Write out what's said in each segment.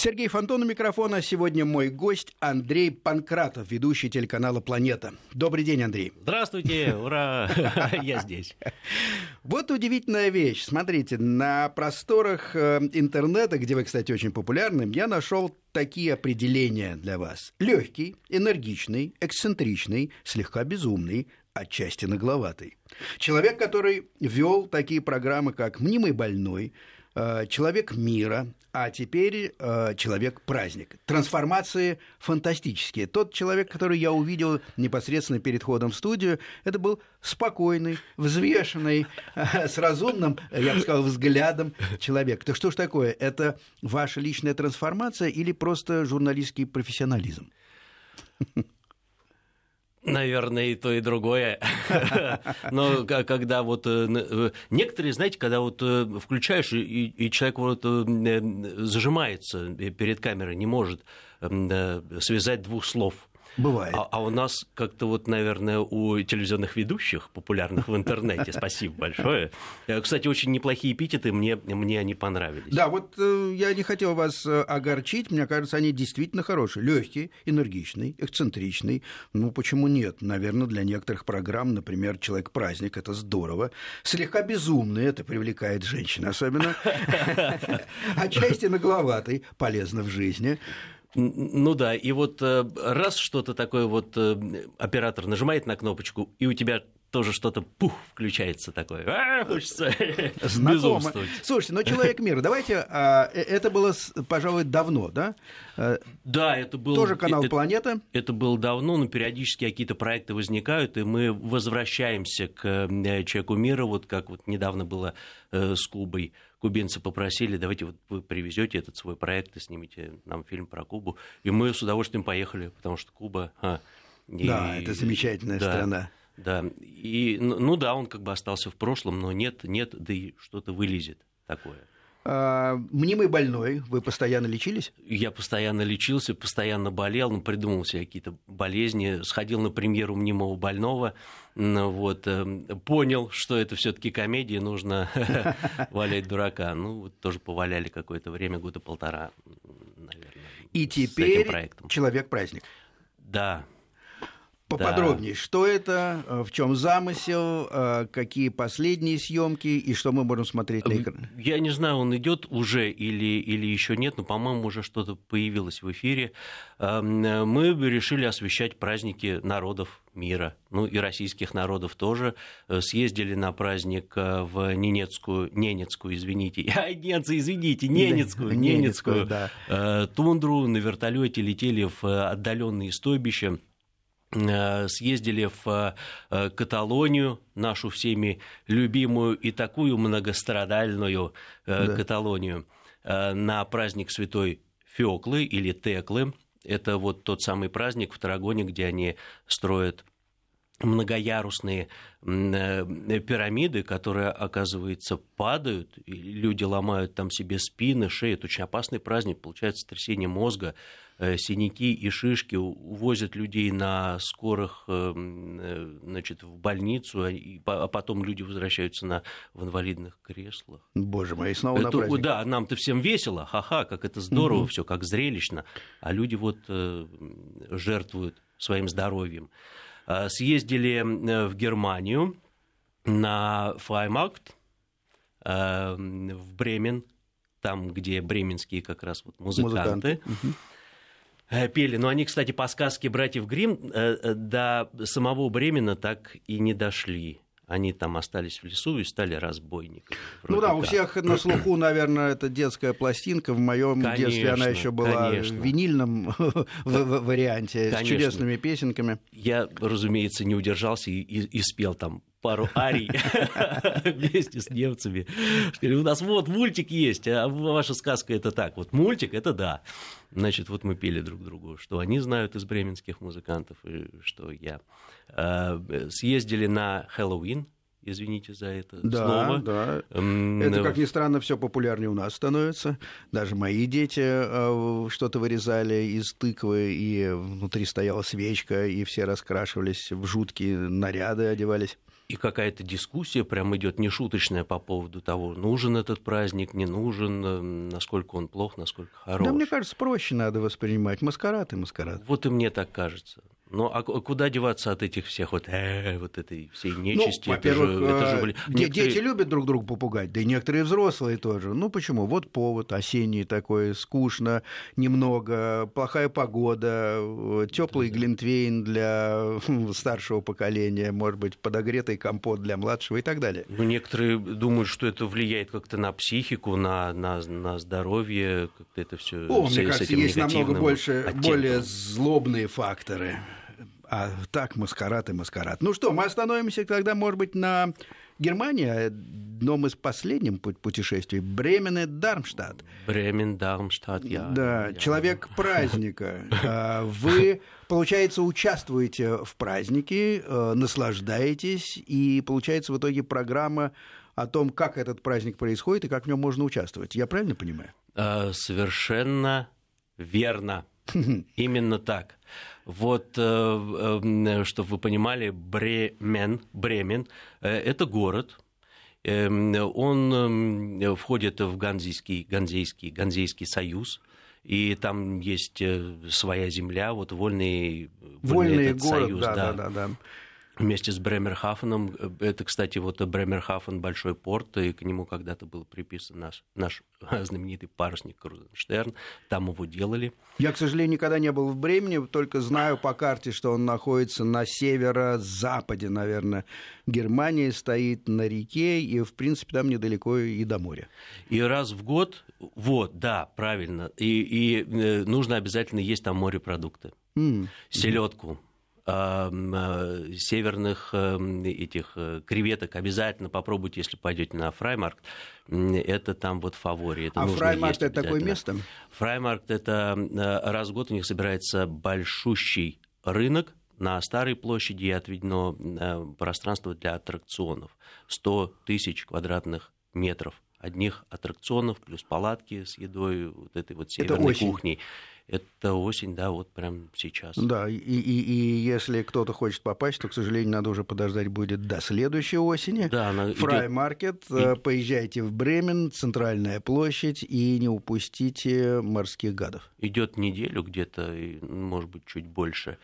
Сергей Фонтон у микрофона. Сегодня мой гость Андрей Панкратов, ведущий телеканала «Планета». Добрый день, Андрей. Здравствуйте, ура, я здесь. Вот удивительная вещь. Смотрите, на просторах интернета, где вы, кстати, очень популярны, я нашел такие определения для вас. Легкий, энергичный, эксцентричный, слегка безумный, отчасти нагловатый. Человек, который вел такие программы, как «Мнимый больной», «Человек мира», а теперь «Человек-праздник». Трансформации фантастические. Тот человек, который я увидел непосредственно перед входом в студию, это был спокойный, взвешенный, с разумным, я бы сказал, взглядом человек. Так что ж такое? Это ваша личная трансформация или просто журналистский профессионализм? Наверное, и то, и другое. Но когда вот... Некоторые, знаете, когда вот включаешь, и человек вот зажимается перед камерой, не может связать двух слов. Бывает. А у нас как-то вот, наверное, у телевизионных ведущих, популярных в интернете, спасибо большое. Кстати, очень неплохие эпитеты, мне они понравились. Да, вот я не хотел вас огорчить, мне кажется, они действительно хорошие. Легкий, энергичный, эксцентричный. Ну, почему нет? Наверное, для некоторых программ, например, «Человек-праздник» — это здорово. Слегка безумный — это привлекает женщин особенно. Отчасти нагловатый, полезно в жизни. Ну да, и вот раз что-то такое вот оператор нажимает на кнопочку, и у тебя тоже что-то включается такое. Хочется безумствовать. Слушайте, ну «Человек мира», давайте, это было, пожалуй, давно, да? Да, это был... Тоже канал «Планета». Это было давно, но периодически какие-то проекты возникают, и мы возвращаемся к «Человеку мира», вот как вот недавно было с Кубой. Кубинцы попросили, давайте вот вы привезете этот свой проект и снимите нам фильм про Кубу. И мы с удовольствием поехали, потому что Куба... Да, это замечательная страна. Да, и, ну да, он как бы остался в прошлом, но нет, да и что-то вылезет такое. Мнимый больной, вы постоянно лечились? Я постоянно лечился, постоянно болел, придумал себе какие-то болезни, сходил на премьеру «Мнимого больного», вот, понял, что это все-таки комедия, нужно валять дурака. Ну, вот тоже поваляли какое-то время, года полтора, наверное. И теперь «Человек-праздник». Да. Поподробнее, что это, в чем замысел, какие последние съемки и что мы можем смотреть на экране? Я не знаю, он идет уже или еще нет, но, по-моему, уже что-то появилось в эфире. Мы решили освещать праздники народов мира, ну и российских народов тоже. Съездили на праздник в Ненецкую, Ненецкую тундру, на вертолете летели в отдаленные стойбища. Съездили в Каталонию, нашу всеми любимую и такую многострадальную Каталонию, на праздник Святой Фёклы или Теклы. Это вот тот самый праздник в Таррагоне, где они строят многоярусные пирамиды, которые, оказывается, падают, и люди ломают там себе спины, шеи. Это очень опасный праздник, получается сотрясение мозга, синяки и шишки, увозят людей на скорых, значит, в больницу, а потом люди возвращаются в инвалидных креслах. Боже мой, и снова на праздник. Да, нам-то всем весело, ха-ха, как это здорово все, как зрелищно, а люди вот жертвуют своим здоровьем. Съездили в Германию на Фраймаркт, в Бремен, там, где бременские как раз вот музыканты. Пели. Но они, кстати, по сказке братьев Гримм до самого Бремена так и не дошли. Они там остались в лесу и стали разбойниками. Ну да, у всех на слуху, наверное, это детская пластинка. В моем детстве она еще была в винильном варианте, с чудесными песенками. Я, разумеется, не удержался и спел там пару арий вместе с немцами. У нас вот мультик есть, а ваша сказка это так. Вот мультик это да. Значит, вот мы пели друг другу, что они знают из бременских музыкантов, и что я. Съездили на Хэллоуин, извините за это слово. Да. Это, как ни странно, все популярнее у нас становится. Даже мои дети что-то вырезали из тыквы, и внутри стояла свечка, и все раскрашивались в жуткие наряды, одевались. И какая-то дискуссия прям идет нешуточная по поводу того, нужен этот праздник, не нужен, насколько он плох, насколько хорош. Да, мне кажется, проще надо воспринимать. Маскарад и маскарад. Вот и мне так кажется. Ну, а куда деваться от этих всех вот этой всей нечисти? Ну, во-первых, дети любят друг друга попугать, да и некоторые взрослые тоже. Ну, почему? Вот повод осенний такой, скучно, немного, плохая погода, теплый глинтвейн для старшего поколения, может быть, подогретый компот для младшего и так далее. Ну, некоторые думают, что это влияет как-то на психику, на здоровье, как-то это все. Мне кажется, есть намного более злобные факторы. А так маскарад и маскарад. Ну что, мы остановимся тогда, может быть, на Германии, одном из последних путешествий. Бремен и Дармштадт. Бремен, Дармштадт, Да, человек праздника. Вы, получается, участвуете в празднике, наслаждаетесь, и получается в итоге программа о том, как этот праздник происходит и как в нем можно участвовать. Я правильно понимаю? Совершенно верно. Именно так. Вот, чтобы вы понимали, Бремен – это город. Он входит в Ганзейский союз, и там есть своя земля, вот вольный этот город, союз. Да. Вместе с Бремерхафеном. Это, кстати, вот Бремерхафен – большой порт, и к нему когда-то был приписан наш знаменитый парусник Крузенштерн. Там его делали. Я, к сожалению, никогда не был в Бремене, только знаю по карте, что он находится на северо-западе, наверное, Германии, стоит на реке, и, в принципе, там недалеко и до моря. И раз в год, вот, да, правильно, и нужно обязательно есть там морепродукты. Селедку. Северных этих креветок обязательно попробуйте, если пойдете на Фраймаркт. Это там вот фавори. Это Фраймаркт – это такое место? Фраймаркт – это раз в год у них собирается большущий рынок. На Старой площади отведено пространство для аттракционов. 100 тысяч квадратных метров одних аттракционов, плюс палатки с едой, вот этой вот северной кухней. Это осень, да, вот прямо сейчас. Да, и если кто-то хочет попасть, то, к сожалению, надо уже подождать будет до следующей осени. Да, Фраймаркет, поезжайте в Бремен, Центральная площадь, и не упустите морских гадов. Идет неделю где-то, может быть, чуть больше.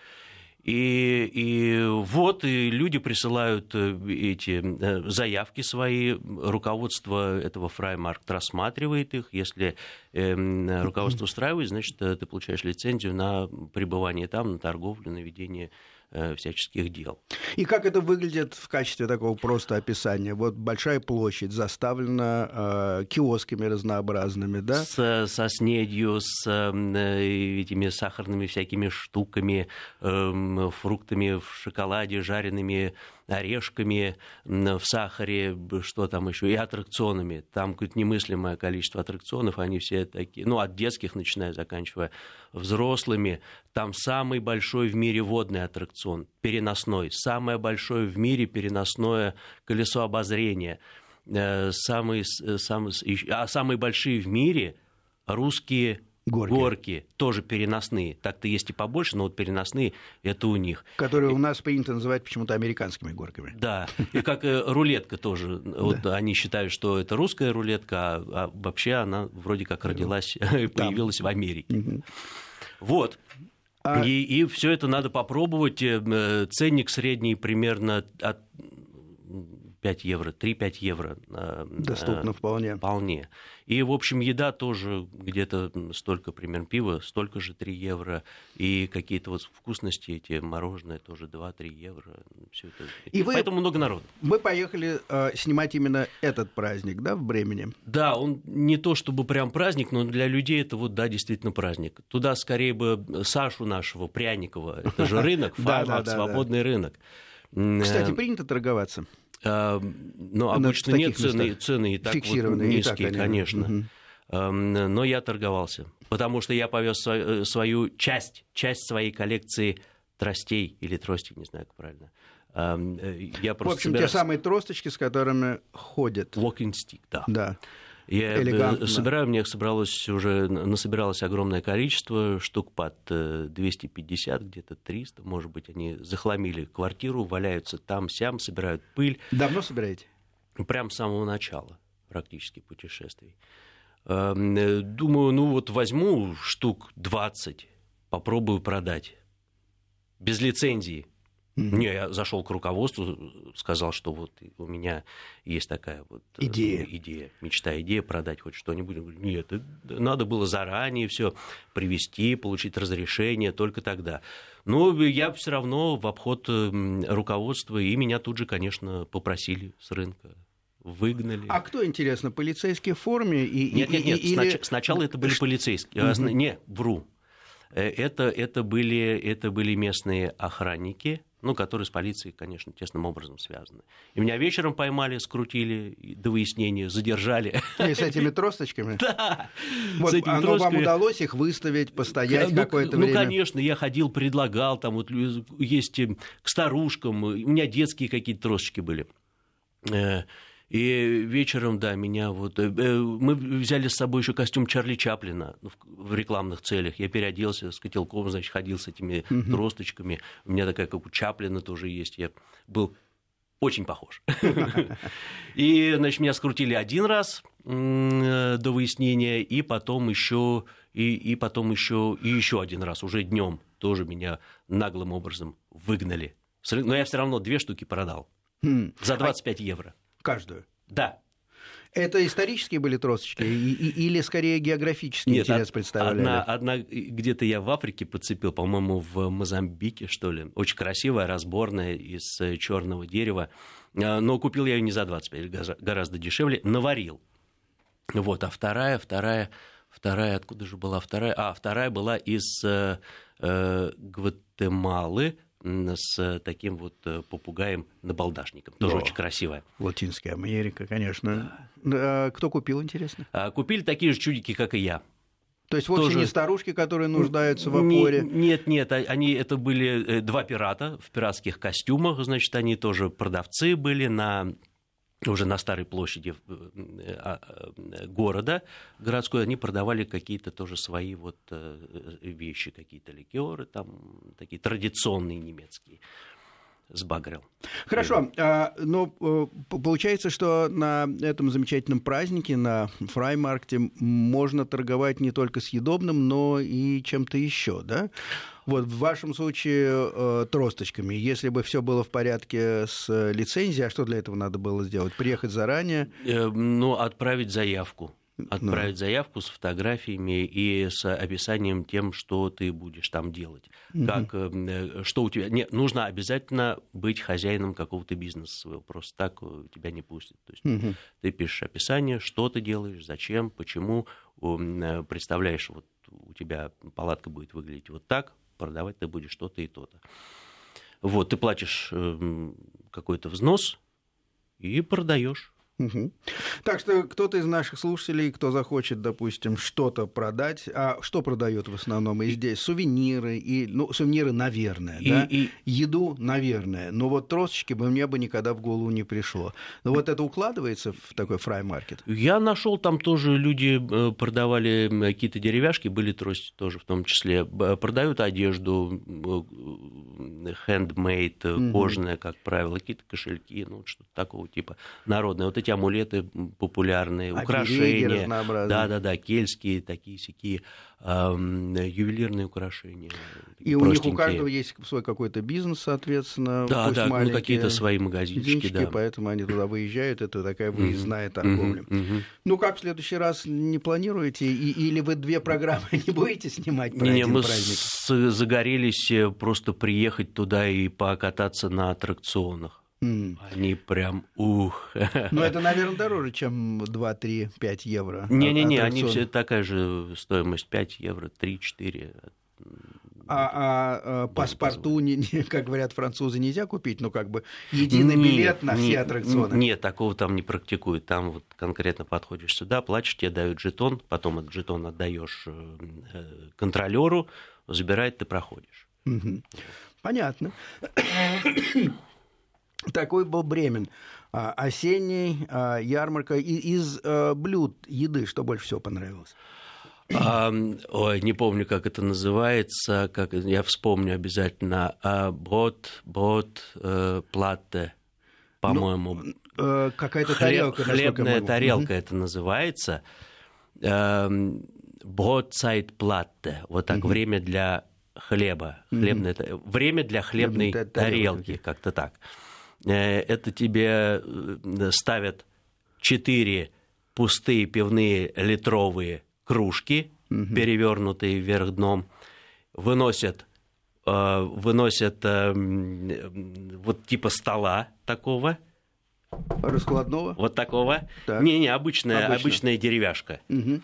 И вот, и люди присылают эти заявки свои, руководство этого Фраймаркта рассматривает их, если руководство устраивает, значит, ты получаешь лицензию на пребывание там, на торговлю, на ведение всяческих дел. И как это выглядит в качестве такого просто описания? Вот большая площадь заставлена киосками разнообразными, да? Со снедью, с этими сахарными всякими штуками, фруктами в шоколаде, жареными орешками в сахаре, что там еще, и аттракционами. Там какое-то немыслимое количество аттракционов, они все такие, ну, от детских, начиная, заканчивая взрослыми. Там самый большой в мире водный аттракцион, переносной. Самое большое в мире переносное колесо обозрения. Самые большие в мире русские горки, тоже переносные. Так-то есть и побольше, но вот переносные – это у них. Которые у нас принято называть почему-то американскими горками. Да, и как рулетка тоже. Вот они считают, что это русская рулетка, а вообще она вроде как родилась и появилась в Америке. Вот. И все это надо попробовать. Ценник средний примерно от 5 евро, 3-5 евро. Доступно вполне. Вполне. И, в общем, еда тоже где-то столько, примерно, пива, столько же 3 евро. И какие-то вот вкусности, эти мороженое тоже 2-3 евро. Всё это. Поэтому много народу. Вы поехали снимать именно этот праздник, да, в Бремене? Да, он не то чтобы прям праздник, но для людей это вот, да, действительно праздник. Туда скорее бы Сашу нашего, Пряникова, это же рынок, Фраймаркт, свободный рынок. Кстати, принято торговаться? Но обычно нет, цены и так вот низкие, конечно. Но я торговался, потому что я повез свою часть своей коллекции тростей или тростей, не знаю, как правильно. Я в общем, те самые тросточки, с которыми ходят. Walking stick, да. Я собираю, мне насобиралось огромное количество, штук под 250, где-то 300, может быть, они захламили квартиру, валяются там-сям, собирают пыль. Давно собираете? Прям с самого начала практически путешествий. Думаю, возьму штук 20, попробую продать. Без лицензии. Не, я зашел к руководству, сказал, что вот у меня есть такая вот идея, идея продать хоть что-нибудь. Я говорю, нет, надо было заранее все привезти, получить разрешение, только тогда. Но я все равно в обход руководства, и меня тут же, конечно, попросили с рынка. Выгнали. А кто, интересно, полицейские в форме? Нет, сначала это были полицейские. Не, вру. Это были местные охранники, которые с полицией, конечно, тесным образом связаны. И меня вечером поймали, скрутили до выяснения, задержали. И с этими тросточками? Да. Вот, но вам удалось их выставить, постоять какое-то время? Конечно, я ходил, предлагал, там вот есть к старушкам, у меня детские какие-то тросточки были. И вечером, да, мы взяли с собой еще костюм Чарли Чаплина в рекламных целях. Я переоделся с котелком, значит, ходил с этими тросточками. У меня такая, как у Чаплина, тоже есть. Я был очень похож. И, значит, меня скрутили один раз до выяснения, и потом еще один раз, уже днем тоже меня наглым образом выгнали. Но я все равно 2 штуки продал за 25 евро. Каждую? Да. Это исторические были тросточки или скорее географический интерес представляли? Одна где-то я в Африке подцепил, по-моему, в Мозамбике, что ли. Очень красивая, разборная, из черного дерева. Но купил я ее не за 25, гораздо дешевле. Наварил. Вот, а вторая, откуда же была вторая? Вторая была из Гватемалы, с таким вот попугаем-набалдашником. Тоже очень красивая. Латинская Америка, конечно. Да. Кто купил, интересно? Купили такие же чудики, как и я. То есть вовсе не старушки, которые нуждаются в опоре? Нет, это были 2 пирата в пиратских костюмах, значит, они тоже продавцы были уже на старой площади города городской, они продавали какие-то тоже свои вещи, какие-то ликеры, там такие традиционные немецкие, с багрел. Хорошо, но получается, что на этом замечательном празднике, на фраймаркте, можно торговать не только съедобным, но и чем-то еще, да? Вот в вашем случае тросточками. Если бы все было в порядке с лицензией, а что для этого надо было сделать? Приехать заранее? Отправить заявку. Отправить заявку с фотографиями и с описанием тем, что ты будешь там делать. Что у тебя... нужно обязательно быть хозяином какого-то бизнеса своего. Просто так тебя не пустят. То есть ты пишешь описание, что ты делаешь, зачем, почему. Представляешь, вот у тебя палатка будет выглядеть вот так, продавать ты будешь то-то и то-то. Вот, ты платишь какой-то взнос и продаешь. Так что кто-то из наших слушателей, кто захочет, допустим, что-то продать, а что продают в основном и здесь? Сувениры, сувениры, наверное, да? Еду, наверное, но вот тросточки мне бы никогда в голову не пришло. Но вот это укладывается в такой фрай-маркет? Я нашел, там тоже люди продавали какие-то деревяшки, были трости тоже в том числе, продают одежду, handmade, кожаная, как правило, какие-то кошельки, что-то такого типа народное. Вот эти амулеты популярные, украшения, да, кельтские, такие-сякие, ювелирные украшения. И у них у каждого есть свой какой-то бизнес, соответственно, да, какие-то свои магазинчики, да. Поэтому они туда выезжают, это такая выездная торговля. Как в следующий раз не планируете, или вы 2 программы не будете снимать про один праздник? Мы загорелись просто приехать туда и покататься на аттракционах. Они прям Но это, наверное, дороже, чем 2, 3, 5 евро. Не-не-не, они все такая же стоимость, 5 евро, 3-4. Паспорту, как говорят французы, нельзя купить, единый билет на все аттракционы? Нет, такого там не практикуют. Там вот конкретно подходишь сюда, платишь, тебе дают жетон, потом этот жетон отдаешь контролеру, забирает, ты проходишь. Понятно. Такой был Бремен. Осенний, ярмарка. Из блюд, еды, что больше всего понравилось? Не помню, как это называется. Я вспомню обязательно. Брод, платте, по-моему. Какая-то тарелка. Хлебная тарелка это называется. Бродцайтплатте. Вот так, время для хлеба. Время для хлебной тарелки, как-то так. Это тебе ставят 4 пустые пивные литровые кружки, перевернутые вверх дном, выносят вот типа стола такого. Раскладного? Вот такого. Не, обычная деревяшка.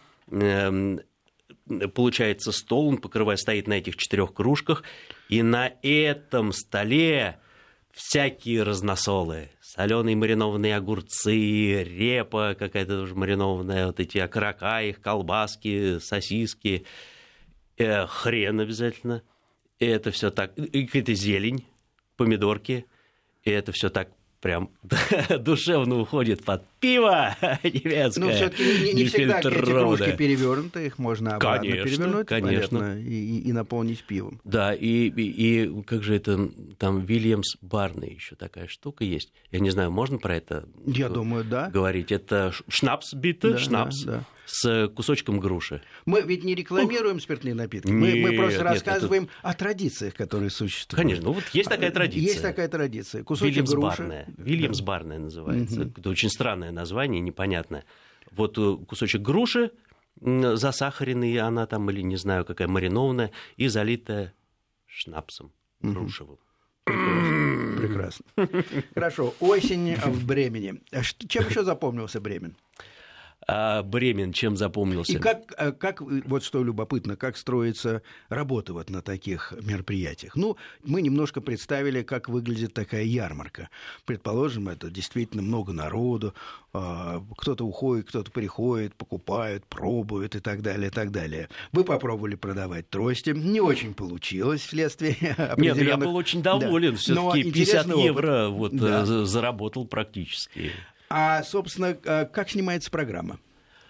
Получается стол, он стоит на этих 4 кружках, и на этом столе всякие разносолы. Соленые маринованные огурцы, репа какая-то уже маринованная, вот эти окорока, их колбаски, сосиски, хрен обязательно. И это все так, и какая-то зелень, помидорки, и это все так прям душевно уходит под пиво немецкое. Но все-таки не всегда эти кружки перевернуты, их можно обратно перевернуть, понятно, и наполнить пивом. Да, и как же это, там Вильямс Барни еще такая штука есть. Я не знаю, можно про это говорить? Это шнапс-бита, шнапс. С кусочком груши. Мы ведь не рекламируем спиртные напитки, мы просто рассказываем о традициях, которые существуют. Конечно, вот есть такая традиция. Есть такая традиция. Кусочек груши. Вильямс Барни называется. Это очень странное название, непонятное. Вот кусочек груши, засахаренный она там, или не знаю какая, маринованная, и залитая шнапсом грушевым. Прекрасно. Хорошо. Осень в Бремене. Чем еще запомнился Бремен? Бремен чем запомнился? И как, вот что любопытно, как строится работа вот на таких мероприятиях? Ну, мы немножко представили, как выглядит такая ярмарка. Предположим, это действительно много народу, кто-то уходит, кто-то приходит, покупают, пробуют и так далее, и так далее. Вы попробовали продавать трости, не очень получилось вследствие определенных... Нет, я был очень доволен, да. Все-таки 50 евро вот, заработал практически. А, собственно, как снимается программа?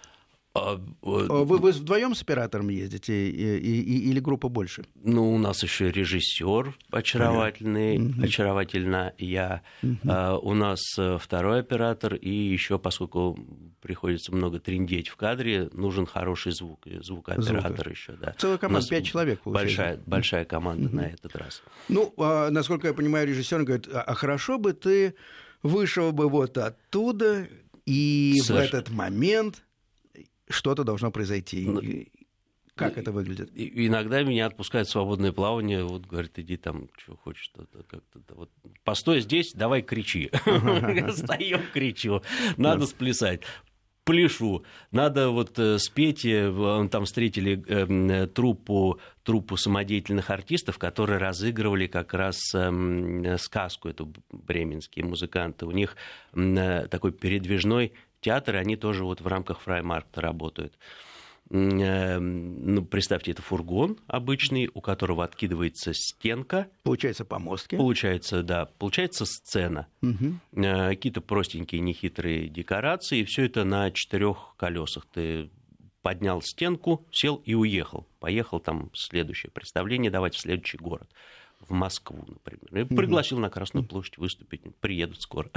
Вы вдвоем с оператором ездите или группа больше? Ну, у нас еще режиссер очаровательно я. У нас второй оператор, и еще, поскольку приходится много трындеть в кадре, нужен хороший звукооператор еще. Да. Целая команда, 5 человек получается. Большая команда на этот раз. Ну, насколько я понимаю, режиссер говорит, а хорошо бы ты вышел бы вот оттуда, и в этот момент что-то должно произойти. Как это выглядит? Иногда меня отпускают в свободное плавание, вот говорят, иди там, что хочешь, как-то. Вот, постой здесь, давай кричи. Стою, кричу, надо сплясать. Пляшу. Надо вот спеть, там встретили труппу самодеятельных артистов, которые разыгрывали как раз сказку, эту бременские музыканты. У них такой передвижной театр, и они тоже вот в рамках фраймаркта работают. Ну, представьте, это фургон обычный, у которого откидывается стенка. Получается помостки. Получается сцена. Какие-то простенькие, нехитрые декорации, и все это на 4 колесах. Ты поднял стенку, сел и уехал. Поехал там в следующее представление давать в следующий город. В Москву, например. И пригласил на Красную площадь выступить. Приедут скоро.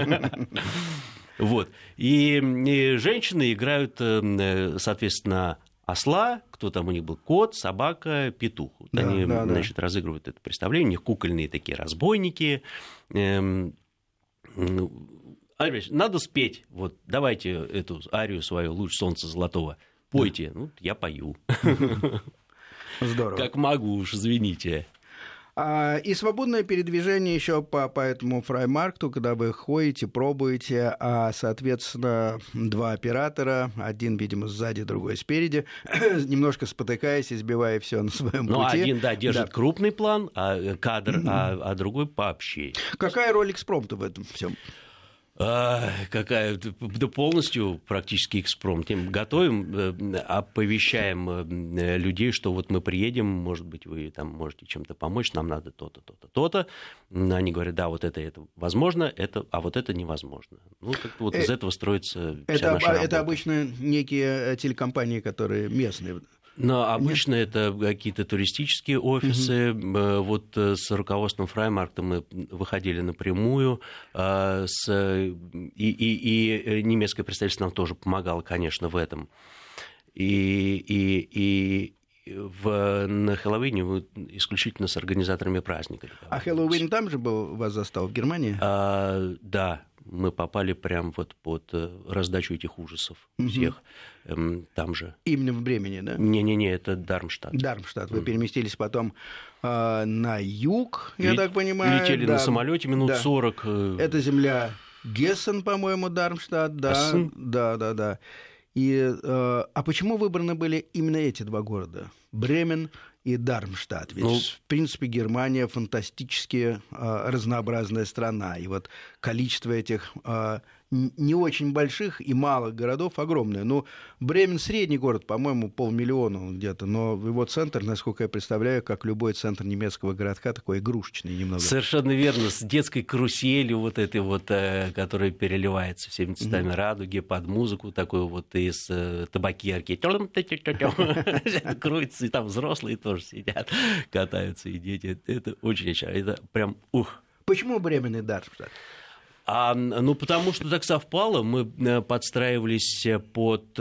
Вот. И женщины играют, соответственно, осла, кто там у них был, кот, собака, петух. Вот они, значит, разыгрывают это представление. У них кукольные такие разбойники. Надо спеть. Вот, давайте эту арию свою «Луч солнца золотого». Пойте. Ну, я пою. Здорово. Как могу уж, извините. И свободное передвижение еще по этому фраймаркту, когда вы ходите, пробуете, соответственно, 2 оператора, один, видимо, сзади, другой спереди, немножко спотыкаясь и сбивая все на своем пути. Ну, один, держит крупный план, кадр, а другой пообщее. Какая роль экспромта в этом всем? Да полностью практически экспромт. Готовим, оповещаем людей, что вот мы приедем, может быть, вы там можете чем-то помочь, нам надо то-то, то-то, то-то. Они говорят, да, вот это возможно, а вот это невозможно. Ну, как-то вот из этого строится вся наша работа. Это обычно некие телекомпании, которые местные. Но обычно это какие-то туристические офисы. Вот с руководством Фраймаркта мы выходили напрямую. И немецкое представительство нам тоже помогало, конечно, в этом. И на Хэллоуине мы исключительно с организаторами праздника. А Хэллоуин там же был, вас застал, в Германии? Да. Мы попали прямо вот под раздачу этих ужасов всех там же. Именно в Бремени, да? Не, это Дармштадт. Дармштадт. Вы переместились потом на юг, я так понимаю. Летели на самолете минут 40. Это земля Гессен, по-моему, Дармштадт. Да. А почему выбраны были именно эти два города? Бремен и Дармштадт. Ведь, в принципе, Германия фантастически разнообразная страна. И вот количество этих не очень больших и малых городов огромное. Ну, Бремен средний город, по-моему, 500 000 где-то. Но его центр, насколько я представляю, как любой центр немецкого городка, такой игрушечный немного. Совершенно верно. С детской каруселью вот этой вот, которая переливается всеми цветами радуги под музыку такую вот из табакерки. Крутится, и там взрослые тоже сидят, катаются, и дети. Это очень очаровательно. Это прям ух. Почему Бремен и Дармштадт? Потому что так совпало, мы подстраивались под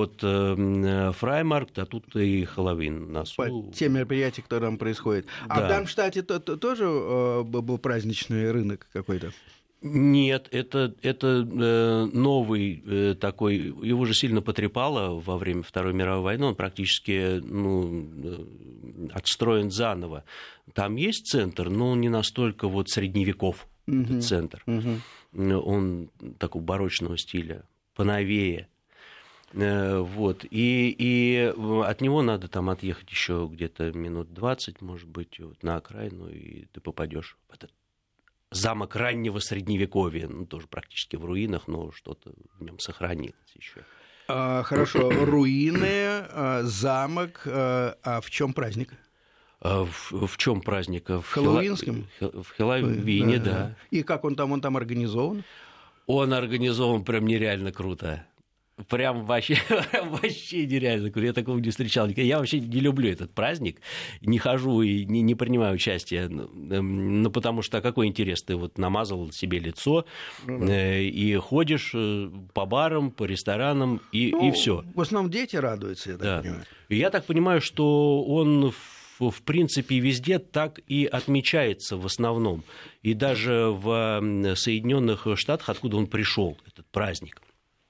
Фраймаркт, а тут и Хэллоуин. По тем мероприятиям, которые там происходят. А в Дармштадте тоже был праздничный рынок какой-то? Нет, это новый такой, его же сильно потрепало во время Второй мировой войны, он практически отстроен заново. Там есть центр, но не настолько вот средневеков. Этот центр. Он такого барочного стиля, поновее. Вот. И от него надо там отъехать еще где-то минут 20, может быть, вот, на окраину, и ты попадешь в этот замок раннего средневековья, тоже практически в руинах, но что-то в нем сохранилось еще. Хорошо, руины, замок, а в чем праздник? В чем праздник? В Хэллоуинском? В Хэллоуине, да. И как он там организован? Он организован прям нереально круто. Прям вообще нереально круто. Я такого не встречал. Я вообще не люблю этот праздник. Не хожу и не принимаю участия. Ну, потому что какой интерес? Ты вот намазал себе лицо и ходишь по барам, по ресторанам, и все. В основном дети радуются, я так понимаю. И я так понимаю, что он в принципе, везде так и отмечается в основном. И даже в Соединенных Штатах, откуда он пришел, этот праздник.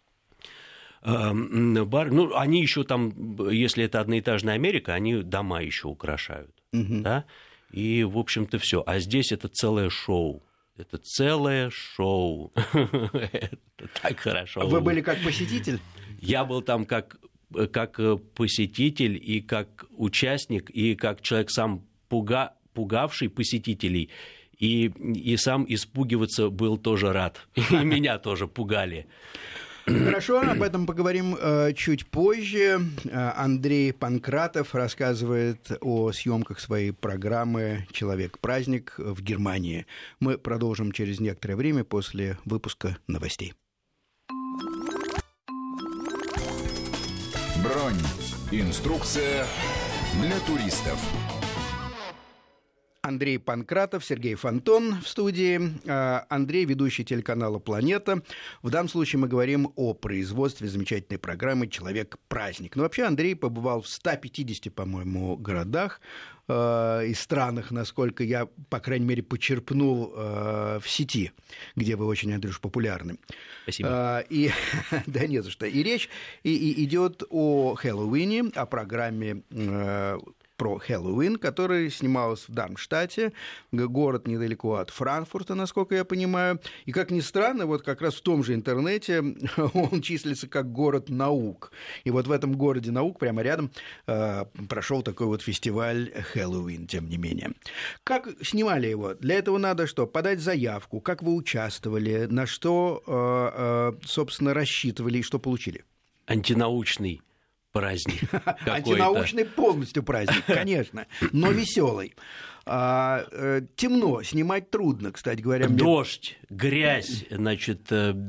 Они еще там, если это одноэтажная Америка, они дома еще украшают. Да? И, в общем-то, все. А здесь это целое шоу. Это целое шоу. Это так хорошо. Вы были как посетитель? Я был там как посетитель и как участник, и как человек сам пугавший посетителей, и сам испугиваться был тоже рад. И меня тоже пугали. Хорошо, об этом поговорим чуть позже. Андрей Панкратов рассказывает о съемках своей программы «Человек-праздник» в Германии. Мы продолжим через некоторое время после выпуска новостей. Бронь. Инструкция для туристов. Андрей Панкратов, Сергей Фонтон в студии. Андрей, ведущий телеканала «Планета». В данном случае мы говорим о производстве замечательной программы «Человек-праздник». Но вообще Андрей побывал в 150, по-моему, городах и странах, насколько я, по крайней мере, почерпнул в сети, где вы очень, Андрюш, популярны. Спасибо. Да не за что. И речь идет о Хэллоуине, о программе про Хэллоуин, который снимался в Дармштадте, город недалеко от Франкфурта, насколько я понимаю. И, как ни странно, вот как раз в том же интернете он числится как город наук. И вот в этом городе наук прямо рядом прошел такой вот фестиваль Хэллоуин, тем не менее. Как снимали его? Для этого надо что? Подать заявку, как вы участвовали, на что, собственно, рассчитывали и что получили? Антинаучный праздник. Антинаучный полностью праздник, конечно, но веселый. Темно, снимать трудно, кстати говоря. Дождь, грязь, значит,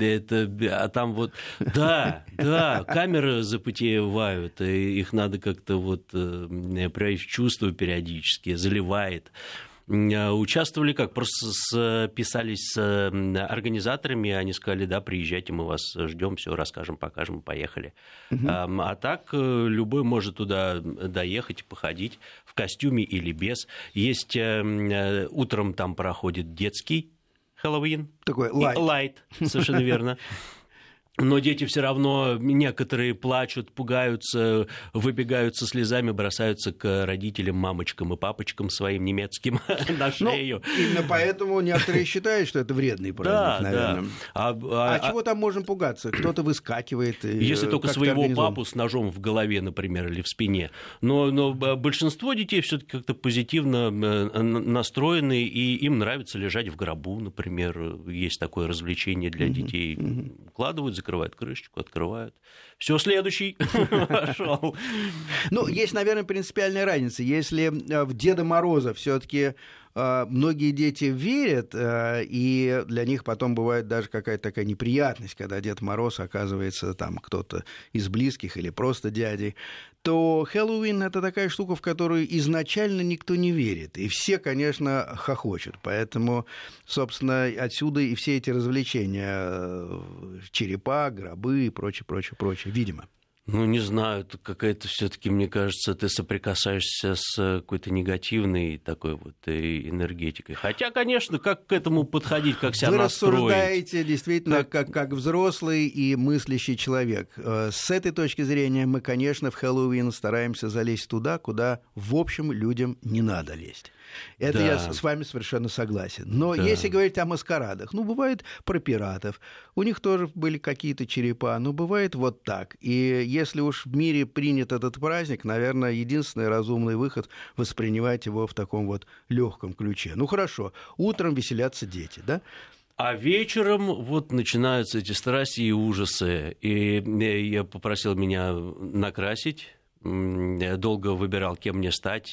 а там вот, да, камеры запотевают, их надо как-то вот приводить в чувство периодически, заливает. Участвовали как? Просто писались с организаторами, они сказали, да, приезжайте, мы вас ждем, все расскажем, покажем, поехали. А так любой может туда доехать, походить в костюме или без. Есть утром там проходит детский Хэллоуин. Такой лайт, совершенно верно. Но дети все равно, некоторые плачут, пугаются, выбегают со слезами, бросаются к родителям, мамочкам и папочкам своим немецким на шею. Именно поэтому некоторые считают, что это вредный праздник, наверное. Да. Чего там можем пугаться? Кто-то выскакивает. Если только своего папу с ножом в голове, например, или в спине. Но большинство детей все-таки как-то позитивно настроены, и им нравится лежать в гробу, например. Есть такое развлечение для детей. Укладывают, закрывают крышечку, открывают. Все, следующий пошел. Ну, есть, наверное, принципиальная разница. Если в Деда Мороза все-таки многие дети верят, и для них потом бывает даже какая-то такая неприятность, когда Дед Мороз оказывается там кто-то из близких или просто дядей, то Хэллоуин — это такая штука, в которую изначально никто не верит. И все, конечно, хохочут. Поэтому, собственно, отсюда и все эти развлечения. Черепа, гробы и прочее, видимо. Ну, не знаю, какая-то все-таки, мне кажется, ты соприкасаешься с какой-то негативной такой вот энергетикой. Хотя, конечно, как к этому подходить, как себя настроить? Вы рассуждаете действительно как взрослый и мыслящий человек. С этой точки зрения мы, конечно, в Хэллоуин стараемся залезть туда, куда, в общем, людям не надо лезть. Это да. Я с вами совершенно согласен. Но да. Если говорить о маскарадах, бывает про пиратов, у них тоже были какие-то черепа, бывает вот так. И если уж в мире принят этот праздник, наверное, единственный разумный выход — воспринимать его в таком вот легком ключе. Хорошо, утром веселятся дети, да? А вечером вот начинаются эти страсти и ужасы. И я попросил меня накрасить. Долго выбирал, кем мне стать,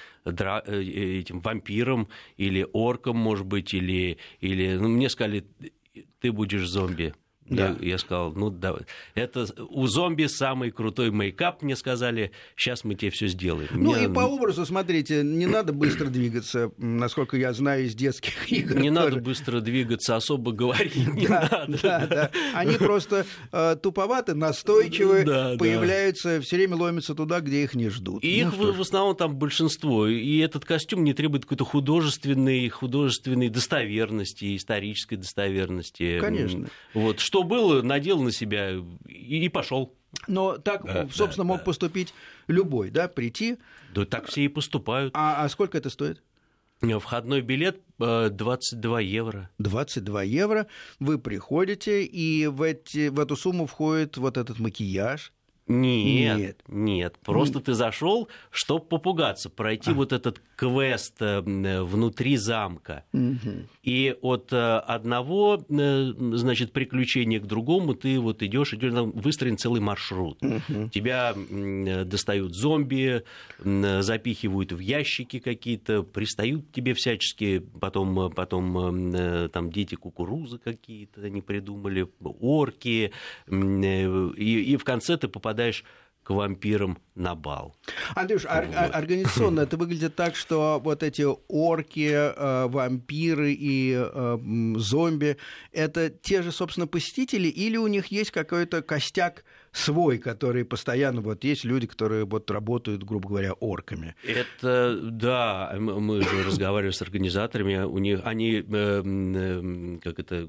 этим вампиром или орком, может быть, или мне сказали, ты будешь зомби. Да. Я сказал, давай. Это у зомби самый крутой мейкап, мне сказали, сейчас мы тебе все сделаем. И по образу, смотрите, не надо быстро двигаться, насколько я знаю из детских игр. Не надо быстро двигаться, особо говорить не надо. Да. Они просто туповаты, настойчивы, появляются, все время ломятся туда, где их не ждут. И их в основном там большинство. И этот костюм не требует какой-то художественной достоверности, исторической достоверности. Конечно. Вот. Что было, надел на себя и пошел. Но так, собственно, мог поступить любой, да, прийти. Да, так все и поступают. А сколько это стоит? Входной билет 22 евро. 22 евро. Вы приходите, и в эту сумму входит вот этот макияж. Нет. Просто ты зашел, чтобы попугаться, пройти вот этот квест внутри замка. И от одного, значит, приключения к другому ты вот идешь, выстроен целый маршрут. Тебя достают зомби, запихивают в ящики какие-то, пристают к тебе всячески, потом там дети кукурузы какие-то они придумали, орки, и в конце ты попадаешь к вампирам на бал. Андрюш, организационно это выглядит так, что вот эти орки, вампиры и зомби — это те же, собственно, посетители, или у них есть какой-то костяк свой, который постоянно... Вот есть люди, которые вот работают, грубо говоря, орками. Это, да, мы же разговаривали с организаторами, они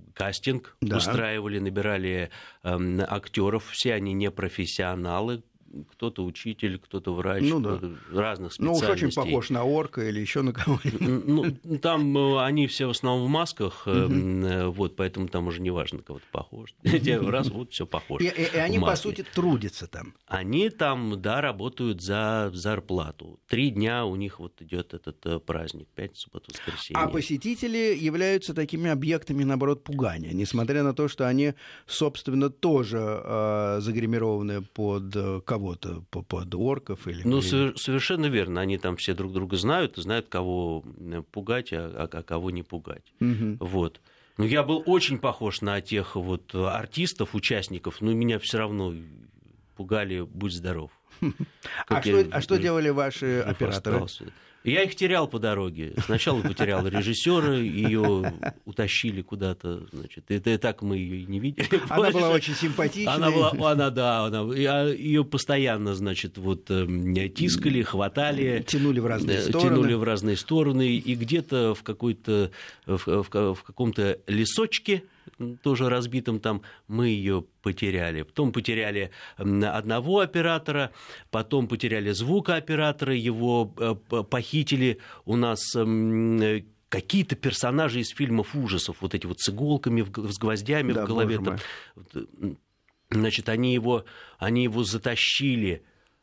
кастинг устраивали, набирали актеров, все они не профессионалы, кто-то учитель, кто-то врач, кто-то разных специальностей. Ну, уж очень похож на орка или еще на кого-нибудь. Ну, там они все в основном в масках, вот, поэтому там уже не важно, на кого ты похож. Раз, вот, все похоже. И они, по сути, трудятся там. Они там, да, работают за зарплату. 3 дня у них вот идет этот праздник, пятница, суббота, воскресенье. А посетители являются такими объектами, наоборот, пугания, несмотря на то, что они, собственно, тоже загримированы под кого-то, под орков или... Ну, совершенно верно. Они там все друг друга знают, кого пугать, а кого не пугать. Вот. Но я был очень похож на тех вот артистов, участников, но меня все равно пугали, будь здоров. А что делали ваши операторы? Я их терял по дороге. Сначала потерял режиссера, ее утащили куда-то, значит, и так мы ее и не видели. Она была очень симпатичная. Ее постоянно, значит, вот тискали, хватали, тянули в разные стороны, и где-то в каком-то лесочке, тоже разбитым там, мы ее потеряли. Потом потеряли одного оператора, потом потеряли звукооператора, его похитили у нас какие-то персонажи из фильмов ужасов, вот эти вот с иголками, с гвоздями в голове. Значит, они его затащили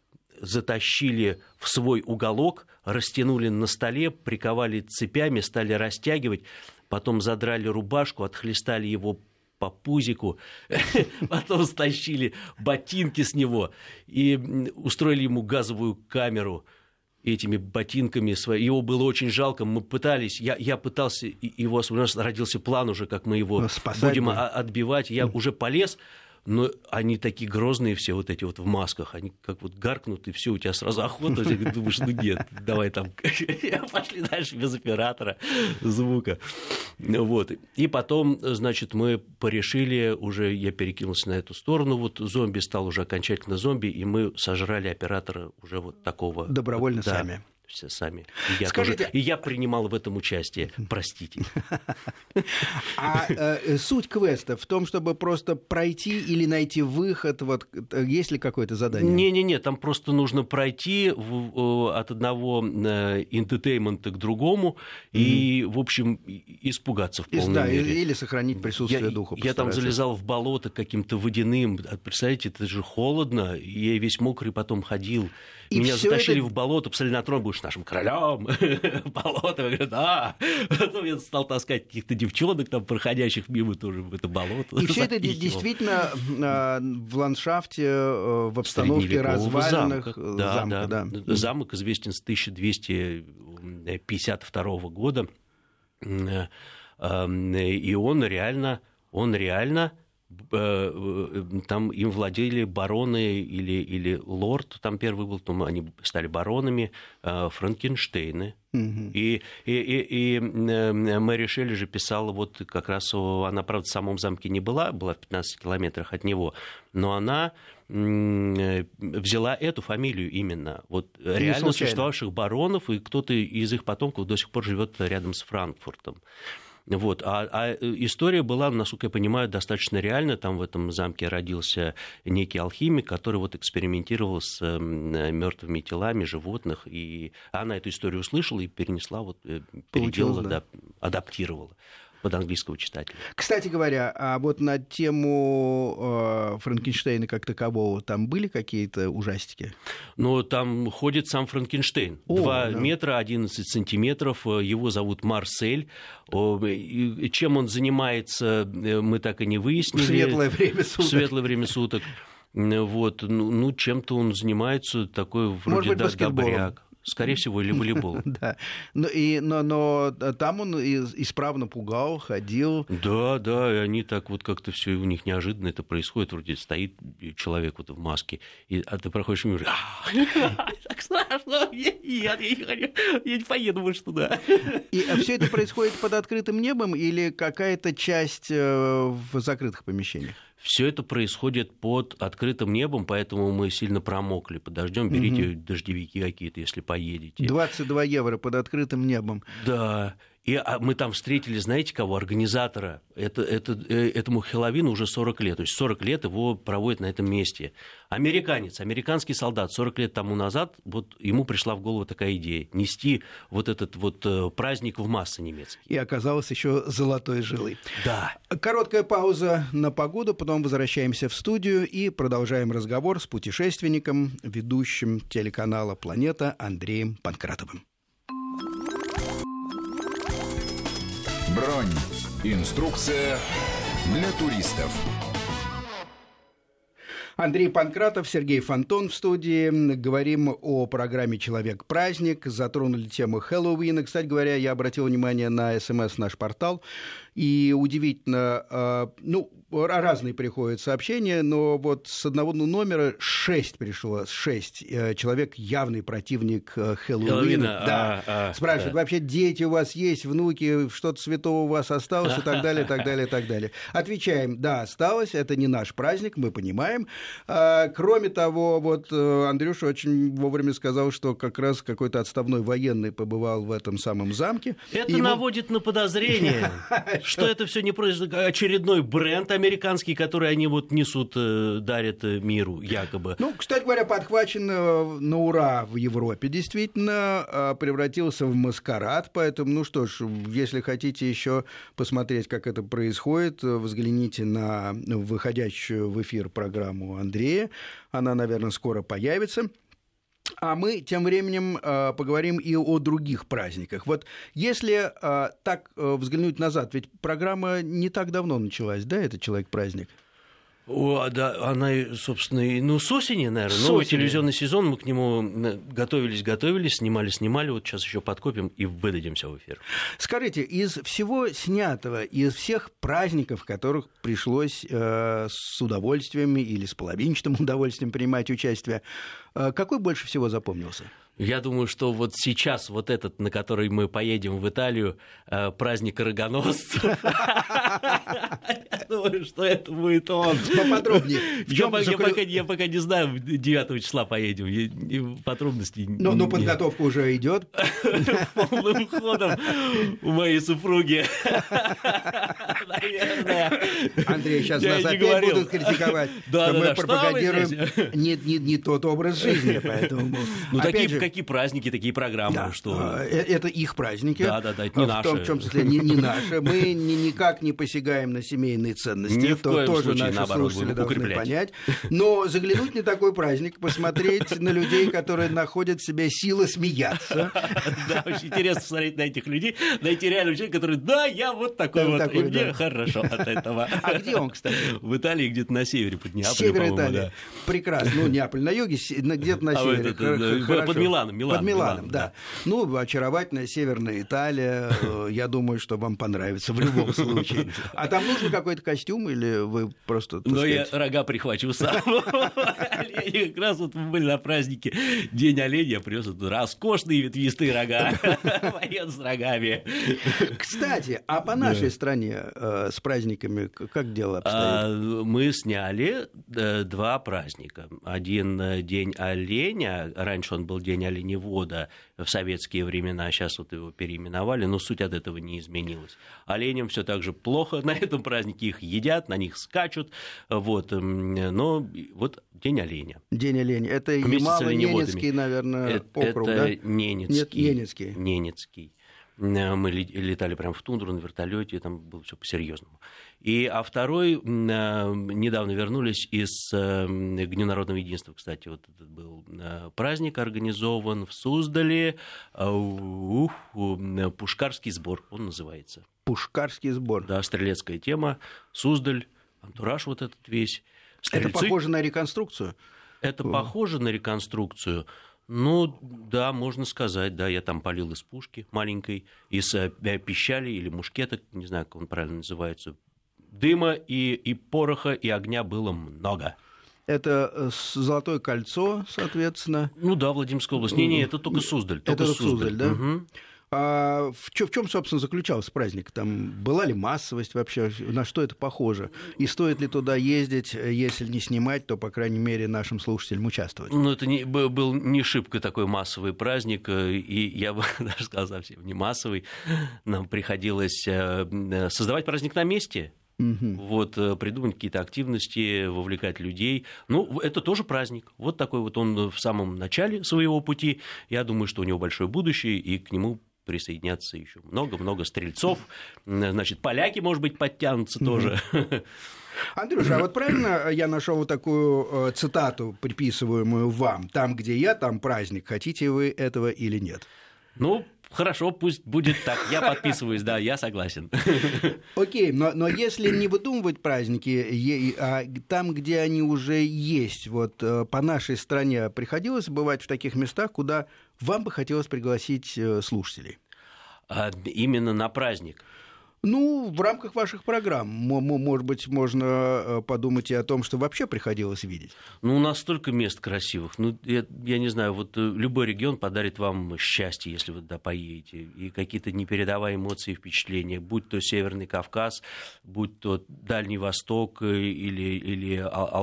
в свой уголок, растянули на столе, приковали цепями, стали растягивать, потом задрали рубашку, отхлестали его по пузику, потом стащили ботинки с него и устроили ему газовую камеру этими ботинками. Его было очень жалко, мы пытались, я пытался его, у нас родился план уже, как мы его будем отбивать, я уже полез, но они такие грозные все вот эти вот в масках, они как вот гаркнут, и все, у тебя сразу охота, ты думаешь, ну нет, давай там, пошли дальше без оператора звука. Вот. И потом, значит, мы порешили, уже я перекинулся на эту сторону, вот зомби стал уже окончательно зомби, и мы сожрали оператора уже вот такого. Добровольно сами. Все сами. И я принимал в этом участие. Простите. А суть квеста в том, чтобы просто пройти или найти выход? Вот, есть ли какое-то задание? Не-не-не, там просто нужно пройти от одного энтетеймента к другому и, в общем, испугаться в полной мере. Или сохранить присутствие духа. Я там залезал в болото каким-то водяным. Представляете, это же холодно. Я весь мокрый потом ходил. Меня затащили в болото, посмотрели на трон, будешь нашим королем, болото, я говорю, да. Потом я стал таскать каких-то девчонок, там, проходящих мимо тоже в это болото. И все это действительно в ландшафте, в обстановке развалинах замка. Да. Замок известен с 1252 года, и он реально там им владели бароны или лорд, там первый был, потом они стали баронами, Франкенштейны. И Мэри Шелли же писала, вот как раз она, правда, в самом замке не была в 15 километрах от него, но она взяла эту фамилию именно, вот реально существовавших баронов, и кто-то из их потомков до сих пор живет рядом с Франкфуртом. Вот. А история была, насколько я понимаю, достаточно реальна. Там в этом замке родился некий алхимик, который вот экспериментировал с мертвыми телами животных. И она эту историю услышала и перенесла, вот, переделала, адаптировала под английского читателя. Кстати говоря, а вот на тему Франкенштейна как такового там были какие-то ужастики? Ну, там ходит сам Франкенштейн. 2 метра 11 сантиметров. Его зовут Марсель. Чем он занимается, мы так и не выяснили. В светлое время суток. Вот. Ну, чем-то он занимается, такой вроде добряк. Скорее всего, или волейбол. Да. Но там он исправно пугал, ходил. Да, и они так вот как-то все у них неожиданно это происходит. Вроде стоит человек вот в маске, а ты проходишь мимо, так страшно, я не поеду больше туда. И все это происходит под открытым небом или какая-то часть в закрытых помещениях? Все это происходит под открытым небом, поэтому мы сильно промокли под дождем. Берите дождевики какие-то, если поедете. 22 евро под открытым небом. Да. И мы там встретили, знаете кого, организатора этому Хэллоуину уже 40 лет. То есть 40 лет его проводят на этом месте. Американец, американский солдат 40 лет тому назад, вот ему пришла в голову такая идея нести вот этот вот праздник в массы немецкие. И оказалось еще золотой жилой. Да. Короткая пауза на погоду, потом возвращаемся в студию и продолжаем разговор с путешественником, ведущим телеканала «Планета» Андреем Панкратовым. Бронь. Инструкция для туристов. Андрей Панкратов, Сергей Фонтон в студии. Говорим о программе «Человек-праздник». Затронули тему Хэллоуина. Кстати говоря, я обратил внимание на СМС наш портал. И удивительно, разные приходят сообщения, но вот с одного номера 6 пришло, 6 человек, явный противник Хэллоуина. Да. Спрашивают, вообще дети у вас есть, внуки, что-то святого у вас осталось и так далее, так далее, так далее. Отвечаем, да, осталось, это не наш праздник, мы понимаем. Кроме того, вот Андрюша очень вовремя сказал, что как раз какой-то отставной военный побывал в этом самом замке. Это наводит на подозрение, что это все не просто очередной бренд американский, который они вот несут, дарят миру, якобы. Кстати говоря, подхвачен на ура в Европе, действительно, превратился в маскарад, поэтому, если хотите еще посмотреть, как это происходит, взгляните на выходящую в эфир программу Андрея, она, наверное, скоро появится. А мы тем временем поговорим и о других праздниках. Вот если так взглянуть назад, ведь программа не так давно началась, да, это «Человек-праздник»? Да, она, собственно, с осени, наверное. Новый телевизионный сезон, мы к нему готовились, снимали, вот сейчас еще подкопим и выдадимся в эфир. Скажите, из всего снятого, из всех праздников, в которых пришлось с удовольствием или с половинчатым удовольствием принимать участие, какой больше всего запомнился? Я думаю, что вот сейчас вот этот, на который мы поедем в Италию, праздник рогоносцев, я думаю, что это будет он. Поподробнее. Я пока не знаю, 9 числа поедем, подробностей. Но подготовка уже идет. Полным ходом у моей супруги. Наверное. Андрей, сейчас нас опять будут критиковать, что мы пропагандируем не тот образ жизни, поэтому... Какие праздники, такие программы. Да, что... Это их праздники. Да, это не наши. В том числе не наши. Мы никак не посягаем на семейные ценности. Ни в коем тоже случае, наши слушатели должны понять. Но заглянуть на такой праздник, посмотреть на людей, которые находят в себе силы смеяться. Да, очень интересно смотреть на этих людей, найти реального человека, который, да, я вот такой вот, и мне хорошо от этого. А где он, кстати? В Италии, где-то на севере, под Неаполем, север Италии. Прекрасно. Неаполь на юге, где-то на севере. Под Миланом. Под Миланом, да. Очаровательная северная Италия. Я думаю, что вам понравится в любом случае. А там нужен какой-то костюм или вы просто... Я рога прихвачу сам. Как раз вот мы были на празднике День оленя, я привез роскошные ветвистые рога. Воен с рогами. Кстати, а по нашей стране с праздниками как дело обстоит? Мы сняли 2 праздника. Один День оленя, раньше он был День оленевода в советские времена, сейчас вот его переименовали, но суть от этого не изменилась. Оленям все так же плохо на этом празднике, их едят, на них скачут, но вот День оленя. День оленя. Это Ямало-Ненецкий, наверное, округ, да? Это Ненецкий. Нет, Ненецкий. Ненецкий. Мы летали прямо в тундру на вертолете, там было все по-серьезному. А второй, недавно вернулись из Дня народного единства, кстати, вот этот был праздник организован в Суздале, Пушкарский сбор, он называется. Пушкарский сбор. Да, стрелецкая тема, Суздаль, антураж вот этот весь. Стрельцы. Это похоже на реконструкцию? Это похоже на реконструкцию. Ну, да, можно сказать, да, я там палил из пушки маленькой, из пищали или мушкета, не знаю, как он правильно называется. Дыма и пороха, и огня было много. Это Золотое кольцо, соответственно. Ну да, Владимирская область. Не, это только Суздаль. Это Суздаль, да? Угу. А в чем, собственно, заключался праздник? Там была ли массовость вообще? На что это похоже? И стоит ли туда ездить? Если не снимать, то, по крайней мере, нашим слушателям участвовать. Ну, это был не шибко такой массовый праздник, и я бы даже сказал, совсем не массовый. Нам приходилось создавать праздник на месте. Вот, придумать какие-то активности, вовлекать людей. Ну, это тоже праздник. Вот такой вот он в самом начале своего пути. Я думаю, что у него большое будущее, и к нему присоединятся еще много-много стрельцов. Значит, поляки, может быть, подтянутся тоже. Андрюша, а вот правильно я нашел вот такую цитату, приписываемую вам? «Там, где я, там праздник. Хотите вы этого или нет?» Ну, хорошо, пусть будет так. Я подписываюсь, да, я согласен. Окей, но если не выдумывать праздники, а там, где они уже есть, вот по нашей стране приходилось бывать в таких местах, куда вам бы хотелось пригласить слушателей? Именно на праздник? Ну, в рамках ваших программ. Может быть, можно подумать и о том, что вообще приходилось видеть. Ну, у нас столько мест красивых. Ну, я не знаю, вот любой регион подарит вам счастье, если вы туда поедете. И какие-то непередаваемые эмоции и впечатления. Будь то Северный Кавказ, будь то Дальний Восток, или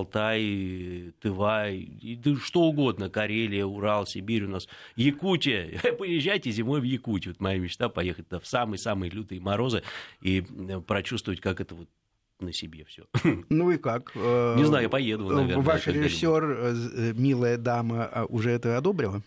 Алтай, Тыва, да что угодно. Карелия, Урал, Сибирь у нас. Якутия. Поезжайте зимой в Якутию. Вот моя мечта — поехать в самые-самые лютые морозы и прочувствовать, как это вот на себе все. Ну и как? Не знаю, я поеду, наверное. Ваш режиссер, милая дама, уже это одобрила?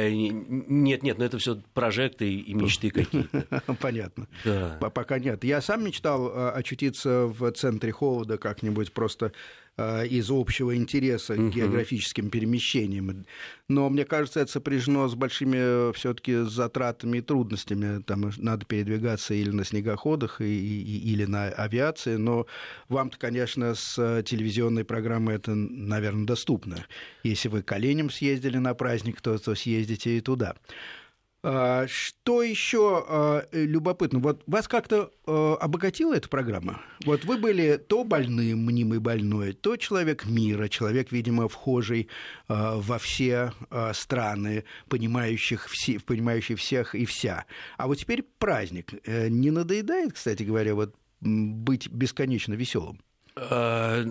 Нет, но это все прожекты и мечты какие-то. Понятно. Да. Пока нет. Я сам мечтал очутиться в центре холода как-нибудь просто из общего интереса к географическим перемещениям. Но мне кажется, это сопряжено с большими все-таки затратами и трудностями. Там надо передвигаться или на снегоходах, или на авиации. Но вам-то, конечно, с телевизионной программы это, наверное, доступно. Если вы к оленям съездили на праздник, то съездите и туда. Что еще любопытно? Вот вас как-то обогатила эта программа? Вот вы были то больным, мнимый больной, то человек мира, человек, видимо, вхожий во все страны, понимающий всех и вся. А вот теперь праздник. Не надоедает, кстати говоря, вот быть бесконечно веселым? Я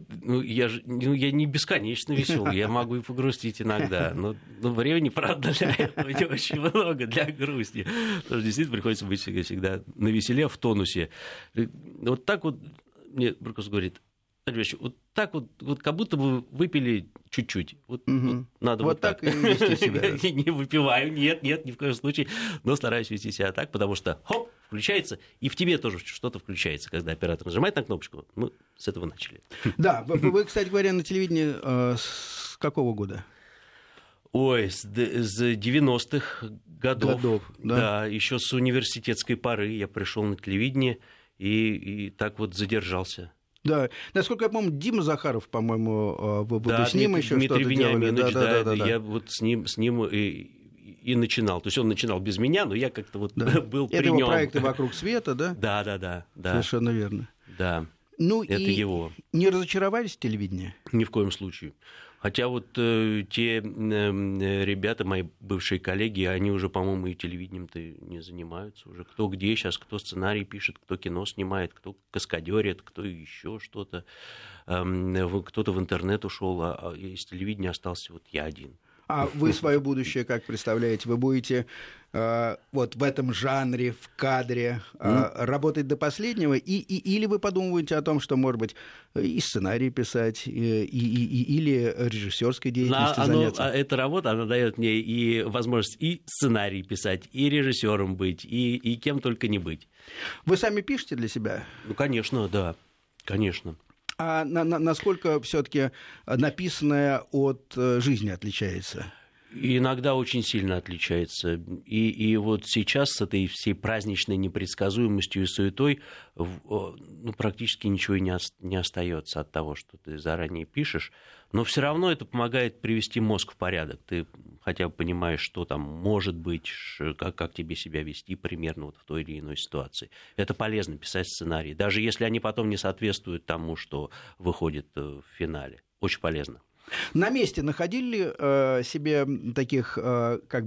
не бесконечно веселый, я могу и погрустить иногда, но времени, правда, для этого не очень много, для грусти, потому что действительно приходится быть всегда навеселе, в тонусе. Вот так вот, мне Брукус говорит: Альвич, вот так вот как будто бы выпили чуть-чуть. Вот надо вот так и вести себя. Не выпиваю, нет, ни в коем случае, но стараюсь вести себя так, потому что хоп, включается, и в тебе тоже что-то включается, когда оператор нажимает на кнопочку. Мы с этого начали. Да, вы, кстати говоря, на телевидении с какого года? Ой, с 90-х годов. Да, еще с университетской поры я пришел на телевидение и так вот задержался. Да, насколько я помню, Дима Захаров, по-моему, вы с ним еще Дмитрий что-то Вениаминович, делали. Да. Я вот с ним и начинал. То есть он начинал без меня, но я как-то вот был при нем. Это его проекты «Вокруг света», да? Да. Совершенно верно. Да, ну, это и его. Не разочаровались в телевидении? Ни в коем случае. Хотя вот те ребята, мои бывшие коллеги, они уже, по-моему, и телевидением-то не занимаются уже. Кто где сейчас, кто сценарий пишет, кто кино снимает, кто каскадерит, кто еще что-то. Кто-то в интернет ушел, а из телевидения остался вот я один. А вы свое будущее как представляете? Вы будете вот в этом жанре, в кадре работать до последнего? Или вы подумываете о том, что, может быть, и сценарий писать, или режиссерской деятельностью заняться? Эта работа, она дает мне и возможность и сценарий писать, и режиссером быть, и кем только не быть. Вы сами пишете для себя? Ну, конечно, да, конечно. А насколько все-таки написанное от жизни отличается? И иногда очень сильно отличается. И вот сейчас с этой всей праздничной непредсказуемостью и суетой практически ничего не остается от того, что ты заранее пишешь. Но все равно это помогает привести мозг в порядок. Ты хотя бы понимаешь, что там может быть, как тебе себя вести примерно вот в той или иной ситуации. Это полезно писать сценарий, даже если они потом не соответствуют тому, что выходит в финале. Очень полезно. На месте находили себе таких как бы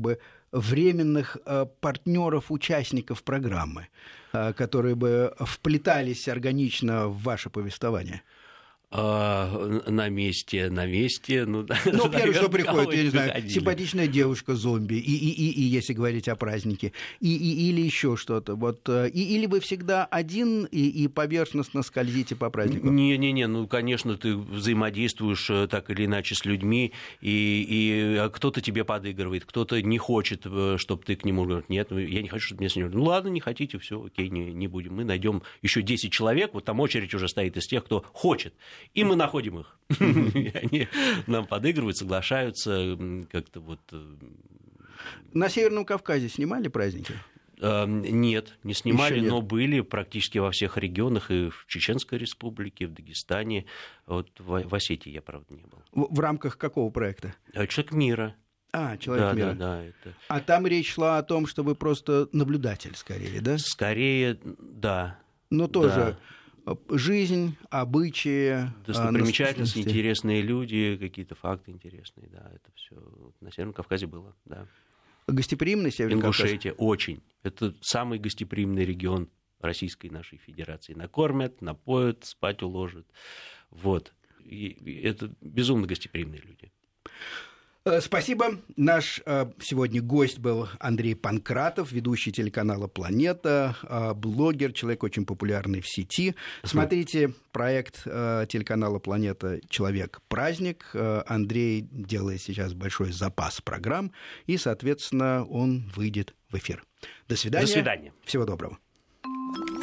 временных партнеров, участников программы, которые бы вплетались органично в ваше повествование? На месте. Ну, первое, что приходит, я не знаю, симпатичная девушка-зомби, и если говорить о празднике, или еще что-то. Вот, или вы всегда один и поверхностно скользите по празднику? Не, ну, конечно, ты взаимодействуешь так или иначе с людьми, и кто-то тебе подыгрывает, кто-то не хочет, чтобы ты к нему говорил, нет, я не хочу, чтобы мне с ним. Ну, ладно, не хотите, все, окей, не будем. Мы найдем еще 10 человек, вот там очередь уже стоит из тех, кто хочет. И мы находим их. И они нам подыгрывают, соглашаются как-то вот. На Северном Кавказе снимали праздники? Нет, не снимали, но были практически во всех регионах, и в Чеченской Республике, в Дагестане. Вот в Осетии я, правда, не был. В рамках какого проекта? «Человек мира». «Человек мира». Да, это... А там речь шла о том, что вы просто наблюдатель, скорее, да? Скорее, да. Но тоже... Жизнь, обычаи, достопримечательности, интересные люди, какие-то факты интересные, да, это все на Северном Кавказе было, да. Гостеприимный Северный Кавказ? Ингушетия, очень. Это самый гостеприимный регион Российской нашей Федерации. Накормят, напоят, спать уложат. Вот. И это безумно гостеприимные люди. Спасибо. Наш сегодня гость был Андрей Панкратов, ведущий телеканала «Планета», блогер, человек очень популярный в сети. Смотрите проект телеканала «Планета» «Человек-праздник». Андрей делает сейчас большой запас программ, и, соответственно, он выйдет в эфир. До свидания. До свидания. Всего доброго.